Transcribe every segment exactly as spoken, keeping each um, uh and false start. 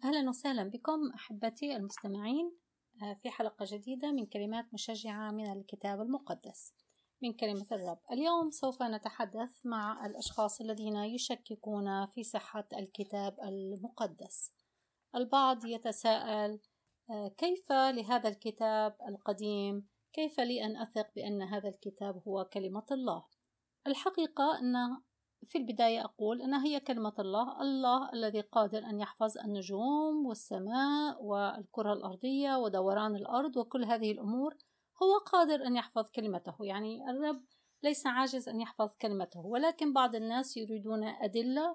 أهلا وسهلا بكم أحبتي المستمعين في حلقة جديدة من كلمات مشجعة من الكتاب المقدس من كلمة الرب. اليوم سوف نتحدث مع الأشخاص الذين يشككون في صحة الكتاب المقدس. البعض يتساءل كيف لهذا الكتاب القديم؟ كيف لي أن أثق بأن هذا الكتاب هو كلمة الله؟ الحقيقة أن في البداية أقول أنها هي كلمة الله، الله الذي قادر أن يحفظ النجوم والسماء والكرة الأرضية ودوران الأرض وكل هذه الأمور، هو قادر أن يحفظ كلمته. يعني الرب ليس عاجز أن يحفظ كلمته، ولكن بعض الناس يريدون أدلة،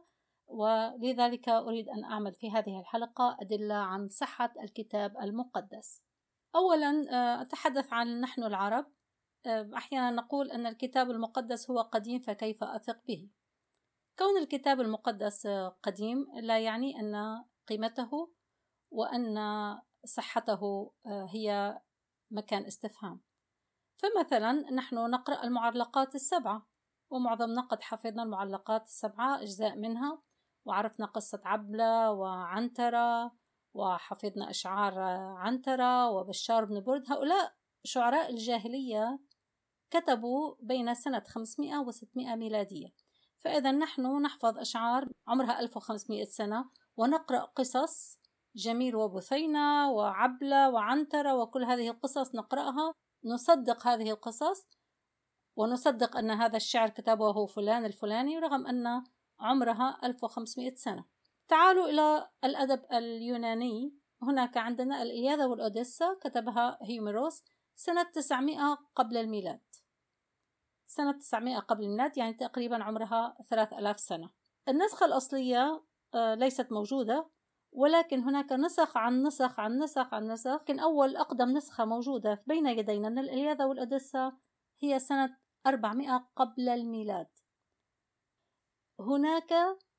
ولذلك أريد أن أعمل في هذه الحلقة أدلة عن صحة الكتاب المقدس. أولا أتحدث عن نحن العرب. أحيانا نقول أن الكتاب المقدس هو قديم فكيف أثق به؟ كون الكتاب المقدس قديم لا يعني أن قيمته وأن صحته هي مكان استفهام. فمثلا نحن نقرأ المعلقات السبعة، ومعظمنا قد حفظنا المعلقات السبعة أجزاء منها، وعرفنا قصة عبلة وعنترة، وحفظنا أشعار عنترة وبشار بن برد. هؤلاء شعراء الجاهلية كتبوا بين سنة خمسمائة وستمائة ميلادية، فإذا نحن نحفظ أشعار عمرها ألف وخمسمائة سنة، ونقرأ قصص جميل وبثينة وعبلة وعنترة وكل هذه القصص نقرأها، نصدق هذه القصص ونصدق أن هذا الشعر كتبه فلان الفلاني رغم أن عمرها ألف وخمسمائة سنة. تعالوا إلى الأدب اليوناني. هناك عندنا الإلياذة والأوديسا كتبها هيوميروس سنة تسعمائة قبل الميلاد، سنة تسعمائة قبل الميلاد، يعني تقريبا عمرها ثلاث آلاف سنة. النسخة الأصلية ليست موجودة، ولكن هناك نسخ عن نسخ عن نسخ عن نسخ. لكن أول أقدم نسخة موجودة بين يدينا من الإلياذة والأوديسا هي سنة أربعمائة قبل الميلاد. هناك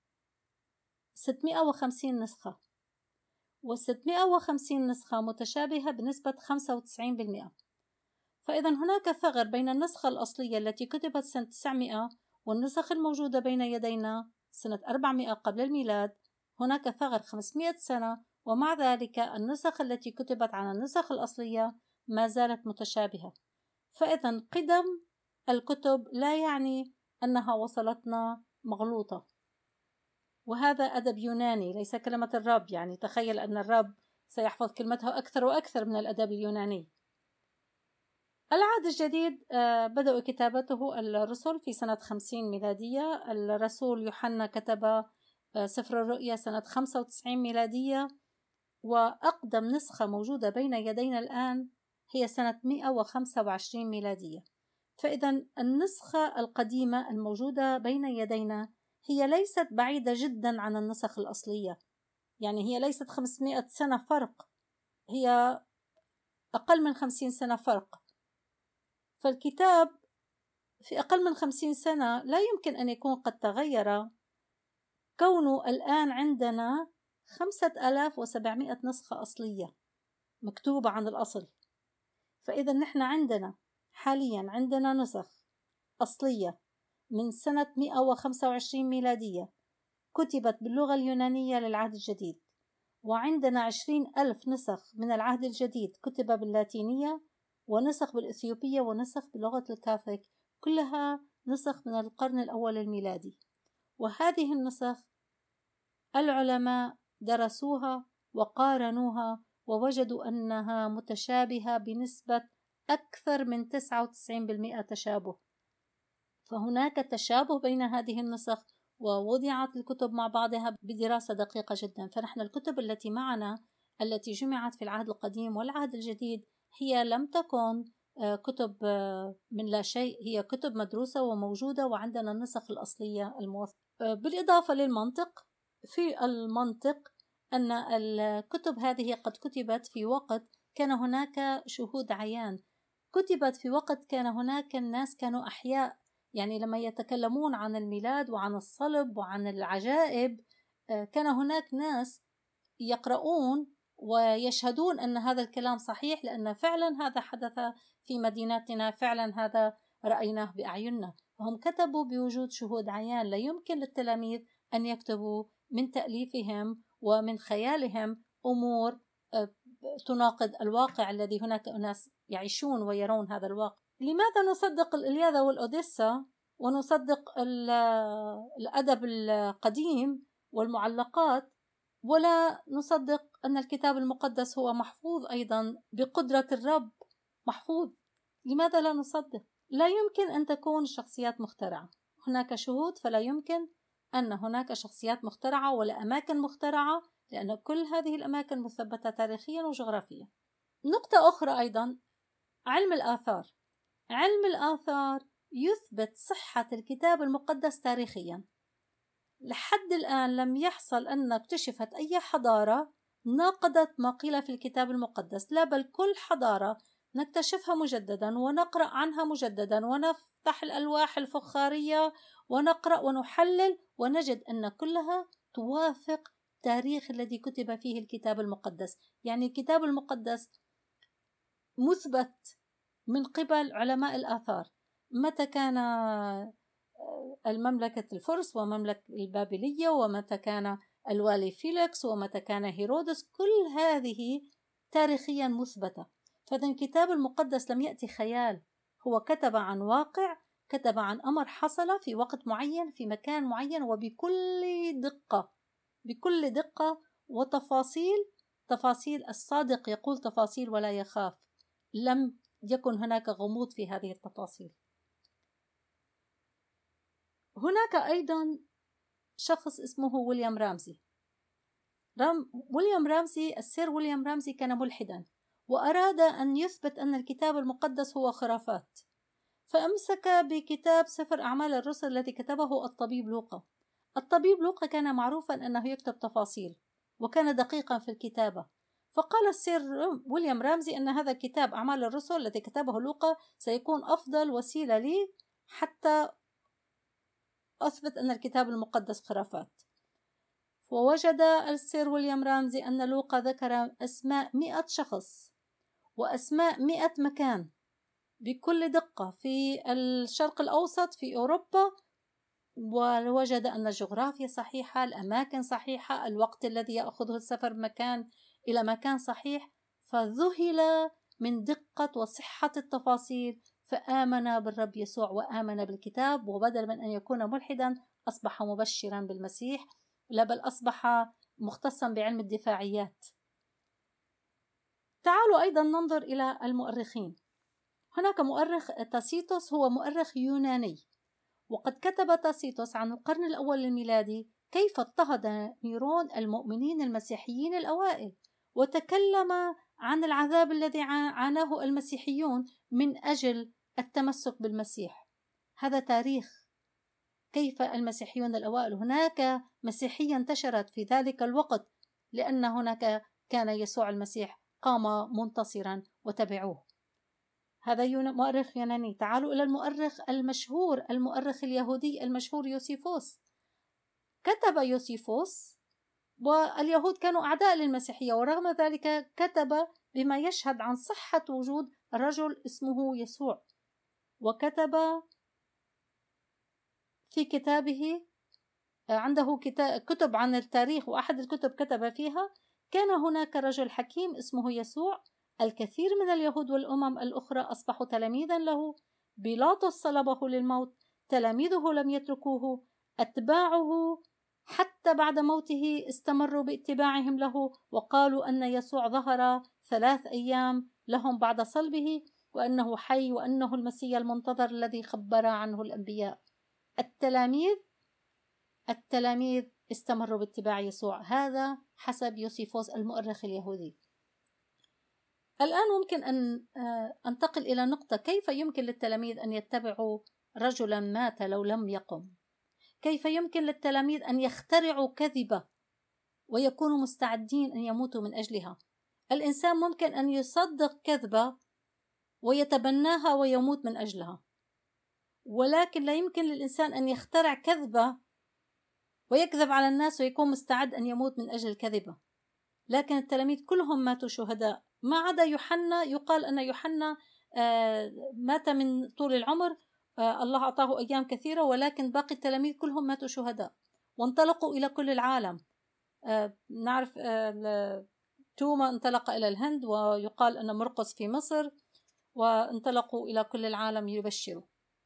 ستمائة وخمسين نسخة، وستمائة وخمسين نسخة متشابهة بنسبة خمسة وتسعين بالمئة. فإذا هناك ثغر بين النسخة الأصلية التي كتبت سنة تسعمائة والنسخ الموجودة بين يدينا سنة أربعمائة قبل الميلاد. هناك ثغر خمسمائة سنة، ومع ذلك النسخ التي كتبت عن النسخ الأصلية ما زالت متشابهة. فإذا قدم الكتب لا يعني أنها وصلتنا مغلوطة، وهذا أدب يوناني ليس كلمة الرب. يعني تخيل أن الرب سيحفظ كلمته أكثر وأكثر من الأدب اليوناني. العهد الجديد بدأوا كتابته الرسل في سنة خمسين ميلادية. الرسول يوحنا كتب سفر الرؤيا سنة خمسة وتسعين ميلادية، وأقدم نسخة موجودة بين يدينا الآن هي سنة مائة وخمسة وعشرين ميلادية. فإذا النسخة القديمة الموجودة بين يدينا هي ليست بعيدة جدا عن النسخ الأصلية، يعني هي ليست خمسمائة سنة فرق، هي أقل من خمسين سنة فرق. فالكتاب في أقل من خمسين سنة لا يمكن أن يكون قد تغير، كونه الآن عندنا خمسة آلاف وسبعمائة نسخة أصلية مكتوبة عن الأصل. فإذا نحن عندنا حاليا عندنا نسخ أصلية من سنة مائة وخمسة وعشرين ميلادية كتبت باللغة اليونانية للعهد الجديد، وعندنا عشرين ألف نسخ من العهد الجديد كتب باللاتينية، ونسخ بالإثيوبية، ونسخ بلغة الكاثوليك، كلها نسخ من القرن الأول الميلادي. وهذه النسخ العلماء درسوها وقارنوها ووجدوا أنها متشابهة بنسبة أكثر من تسعة وتسعين بالمئة تشابه. فهناك تشابه بين هذه النسخ، ووضعت الكتب مع بعضها بدراسة دقيقة جدا. فنحن الكتب التي معنا التي جمعت في العهد القديم والعهد الجديد هي لم تكن كتب من لا شيء، هي كتب مدروسة وموجودة، وعندنا النسخ الأصلية الموثقة. بالإضافة للمنطق، في المنطق أن الكتب هذه قد كتبت في وقت كان هناك شهود عيان، كتبت في وقت كان هناك الناس كانوا أحياء. يعني لما يتكلمون عن الميلاد وعن الصلب وعن العجائب، كان هناك ناس يقرؤون ويشهدون أن هذا الكلام صحيح، لأن فعلا هذا حدث في مدينتنا، فعلا هذا رأيناه بأعيننا. فهم كتبوا بوجود شهود عيان. لا يمكن للتلاميذ أن يكتبوا من تأليفهم ومن خيالهم أمور تناقض الواقع الذي هناك أناس يعيشون ويرون هذا الواقع. لماذا نصدق الإلياذة والأوديسا ونصدق الأدب القديم والمعلقات ولا نصدق أن الكتاب المقدس هو محفوظ أيضا بقدرة الرب محفوظ؟ لماذا لا نصدق؟ لا يمكن أن تكون الشخصيات مخترعة. هناك شهود، فلا يمكن أن هناك شخصيات مخترعة ولا أماكن مخترعة، لأن كل هذه الأماكن مثبتة تاريخيا وجغرافيا. نقطة أخرى أيضا، علم الآثار. علم الآثار يثبت صحة الكتاب المقدس تاريخيا. لحد الآن لم يحصل أن اكتشفت أي حضارة ناقضت ما قيل في الكتاب المقدس، لا بل كل حضارة نكتشفها مجددا ونقرأ عنها مجددا ونفتح الألواح الفخارية ونقرأ ونحلل ونجد أن كلها توافق التاريخ الذي كتب فيه الكتاب المقدس. يعني الكتاب المقدس مثبت من قبل علماء الآثار، متى كان المملكة الفرس ومملكة البابلية، ومتى كان الوالي فيليكس، ومتى كان هيرودس، كل هذه تاريخيا مثبتة. فإذا الكتاب المقدس لم يأتي خيال، هو كتب عن واقع، كتب عن أمر حصل في وقت معين في مكان معين وبكل دقة، بكل دقة وتفاصيل. تفاصيل الصادق يقول تفاصيل ولا يخاف، لم يكن هناك غموض في هذه التفاصيل. هناك أيضا شخص اسمه ويليام رامسي. رام ويليام رامسي السير ويليام رامسي كان ملحدا وأراد أن يثبت أن الكتاب المقدس هو خرافات، فأمسك بكتاب سفر أعمال الرسل الذي كتبه الطبيب لوقا. الطبيب لوقا كان معروفا أنه يكتب تفاصيل وكان دقيقا في الكتابة، فقال السير ويليام رامسي أن هذا الكتاب أعمال الرسل الذي كتبه لوقا سيكون أفضل وسيلة لي حتى أثبت أن الكتاب المقدس خرافات. ووجد السير ويليام رامسي أن لوقا ذكر أسماء مئة شخص وأسماء مئة مكان بكل دقة في الشرق الأوسط في أوروبا، ووجد أن الجغرافيا صحيحة، الأماكن صحيحة، الوقت الذي يأخذه السفر مكان إلى مكان صحيح، فذهل من دقة وصحة التفاصيل، فآمن بالرب يسوع وآمن بالكتاب، وبدل من أن يكون ملحدا أصبح مبشرا بالمسيح، لا بل أصبح مختصا بعلم الدفاعيات. تعالوا أيضا ننظر إلى المؤرخين. هناك مؤرخ تاسيتوس، هو مؤرخ يوناني، وقد كتب تاسيتوس عن القرن الأول الميلادي كيف اضطهد نيرون المؤمنين المسيحيين الأوائل، وتكلم عن العذاب الذي عاناه المسيحيون من أجل التمسك بالمسيح. هذا تاريخ كيف المسيحيون الأوائل، هناك مسيحية انتشرت في ذلك الوقت لأن هناك كان يسوع المسيح قام منتصرا وتبعوه. هذا مؤرخ يوناني. تعالوا إلى المؤرخ المشهور، المؤرخ اليهودي المشهور يوسيفوس. كتب يوسيفوس واليهود كانوا أعداء للمسيحية، ورغم ذلك كتب بما يشهد عن صحة وجود رجل اسمه يسوع، وكتب في كتابه، عنده كتب عن التاريخ، وأحد الكتب كتب فيها: كان هناك رجل حكيم اسمه يسوع، الكثير من اليهود والأمم الأخرى أصبحوا تلاميذا له، بيلاطس صلبه للموت، تلاميذه لم يتركوه، أتباعه حتى بعد موته استمروا باتباعهم له، وقالوا أن يسوع ظهر ثلاث أيام لهم بعد صلبه، وأنه حي، وأنه المسيح المنتظر الذي خبر عنه الأنبياء. التلاميذ التلاميذ استمروا باتباع يسوع. هذا حسب يوسيفوس المؤرخ اليهودي. الآن ممكن أن أنتقل إلى نقطة: كيف يمكن للتلاميذ أن يتبعوا رجلا مات لو لم يقم؟ كيف يمكن للتلاميذ أن يخترعوا كذبة ويكونوا مستعدين أن يموتوا من أجلها؟ الإنسان ممكن أن يصدق كذبة ويتبناها ويموت من أجلها، ولكن لا يمكن للإنسان أن يخترع كذبة ويكذب على الناس ويكون مستعد أن يموت من أجل الكذبة. لكن التلاميذ كلهم ماتوا شهداء، ما عدا يوحنا. يقال أن يوحنا مات من طول العمر، الله أعطاه أيام كثيرة، ولكن باقي التلاميذ كلهم ماتوا شهداء وانطلقوا إلى كل العالم. آه نعرف آه توما انطلق إلى الهند، ويقال أن مرقس في مصر، وانطلقوا إلى كل العالم يبشروا.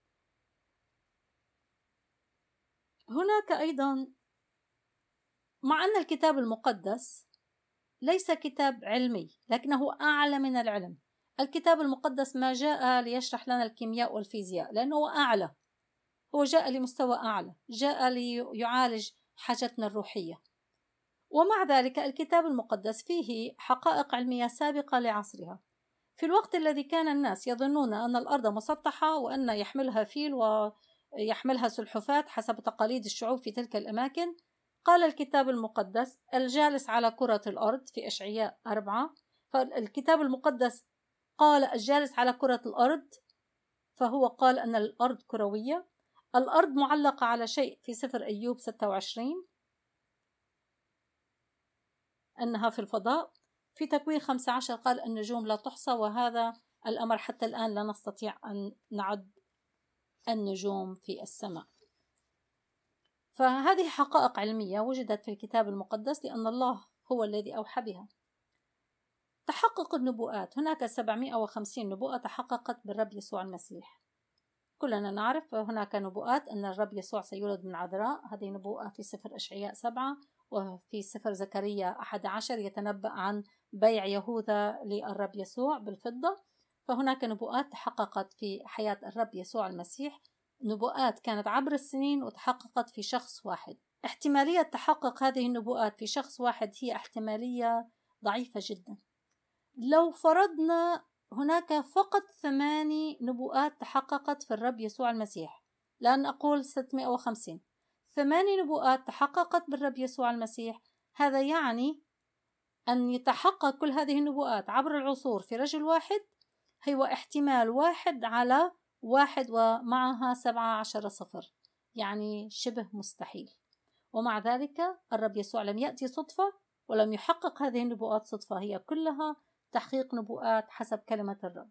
هناك أيضا، مع أن الكتاب المقدس ليس كتاب علمي لكنه أعلى من العلم. الكتاب المقدس ما جاء ليشرح لنا الكيمياء والفيزياء لأنه أعلى، هو جاء لمستوى أعلى، جاء ليعالج حاجتنا الروحية. ومع ذلك الكتاب المقدس فيه حقائق علمية سابقة لعصرها. في الوقت الذي كان الناس يظنون أن الأرض مسطحة وأن يحملها فيل ويحملها سلحفاة حسب تقاليد الشعوب في تلك الأماكن، قال الكتاب المقدس الجالس على كرة الأرض في أشعياء أربعة. فالكتاب المقدس قال الجالس على كرة الأرض، فهو قال أن الأرض كروية. الأرض معلقة على شيء في سفر أيوب ستة وعشرين أنها في الفضاء. في تكوين خمسة عشر قال النجوم لا تحصى، وهذا الأمر حتى الآن لا نستطيع أن نعد النجوم في السماء. فهذه حقائق علمية وجدت في الكتاب المقدس لأن الله هو الذي أوحى بها. تحقق النبوءات، هناك سبعمائة وخمسين نبوءة تحققت بالرب يسوع المسيح. كلنا نعرف هناك نبوءات أن الرب يسوع سيولد من عذراء، هذه نبوءة في سفر أشعياء سبعة، وفي سفر زكريا أحد عشر يتنبأ عن بيع يهوذا للرب يسوع بالفضة. فهناك نبوءات تحققت في حياة الرب يسوع المسيح، نبوءات كانت عبر السنين وتحققت في شخص واحد. احتمالية تحقق هذه النبوءات في شخص واحد هي احتمالية ضعيفة جدا. لو فرضنا هناك فقط ثماني نبوءات تحققت في الرب يسوع المسيح، لأن أقول ستمائة وخمسين، ثماني نبوءات تحققت بالرب يسوع المسيح، هذا يعني أن يتحقق كل هذه النبوءات عبر العصور في رجل واحد، هو احتمال واحد على واحد ومعها سبعة عشر صفر، يعني شبه مستحيل. ومع ذلك الرب يسوع لم يأتي صدفة ولم يحقق هذه النبوءات صدفة، هي كلها تحقيق نبوءات حسب كلمة الرب.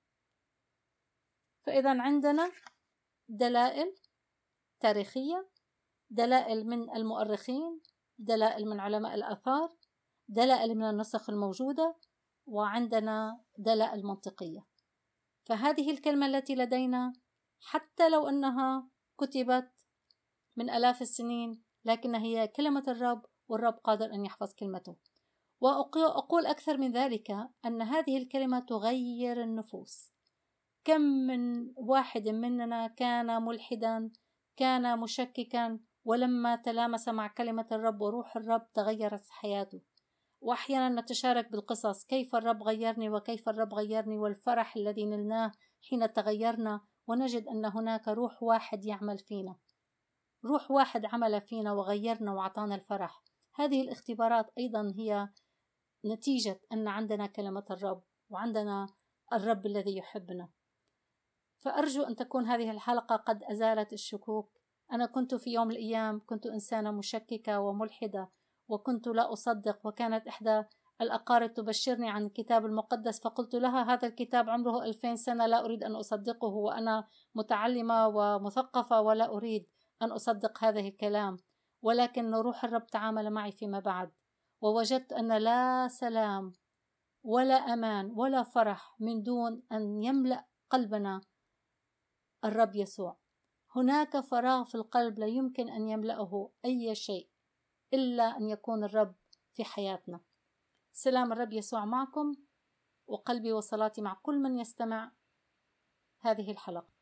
فإذا عندنا دلائل تاريخية، دلائل من المؤرخين، دلائل من علماء الآثار، دلائل من النسخ الموجودة، وعندنا دلائل منطقية. فهذه الكلمة التي لدينا حتى لو أنها كتبت من آلاف السنين لكنها هي كلمة الرب، والرب قادر أن يحفظ كلمته. وأقول أكثر من ذلك أن هذه الكلمة تغير النفوس. كم من واحد مننا كان ملحدا، كان مشككا، ولما تلامس مع كلمة الرب وروح الرب تغيرت حياته. وأحيانا نتشارك بالقصص، كيف الرب غيرني وكيف الرب غيرني، والفرح الذي نلناه حين تغيرنا، ونجد أن هناك روح واحد يعمل فينا، روح واحد عمل فينا وغيرنا وعطانا الفرح. هذه الاختبارات أيضا هي نتيجة أن عندنا كلمة الرب وعندنا الرب الذي يحبنا. فأرجو أن تكون هذه الحلقة قد أزالت الشكوك. أنا كنت في يوم من الأيام كنت إنسانة مشككة وملحدة، وكنت لا أصدق، وكانت إحدى الأقارب تبشرني عن الكتاب المقدس، فقلت لها هذا الكتاب عمره ألفين سنة، لا أريد أن أصدقه، وأنا متعلمة ومثقفة ولا أريد أن أصدق هذه الكلام. ولكن روح الرب تعامل معي فيما بعد، ووجدت أن لا سلام ولا أمان ولا فرح من دون أن يملأ قلبنا الرب يسوع. هناك فراغ في القلب لا يمكن أن يملأه أي شيء إلا أن يكون الرب في حياتنا. سلام الرب يسوع معكم، وقلبي وصلاتي مع كل من يستمع هذه الحلقة.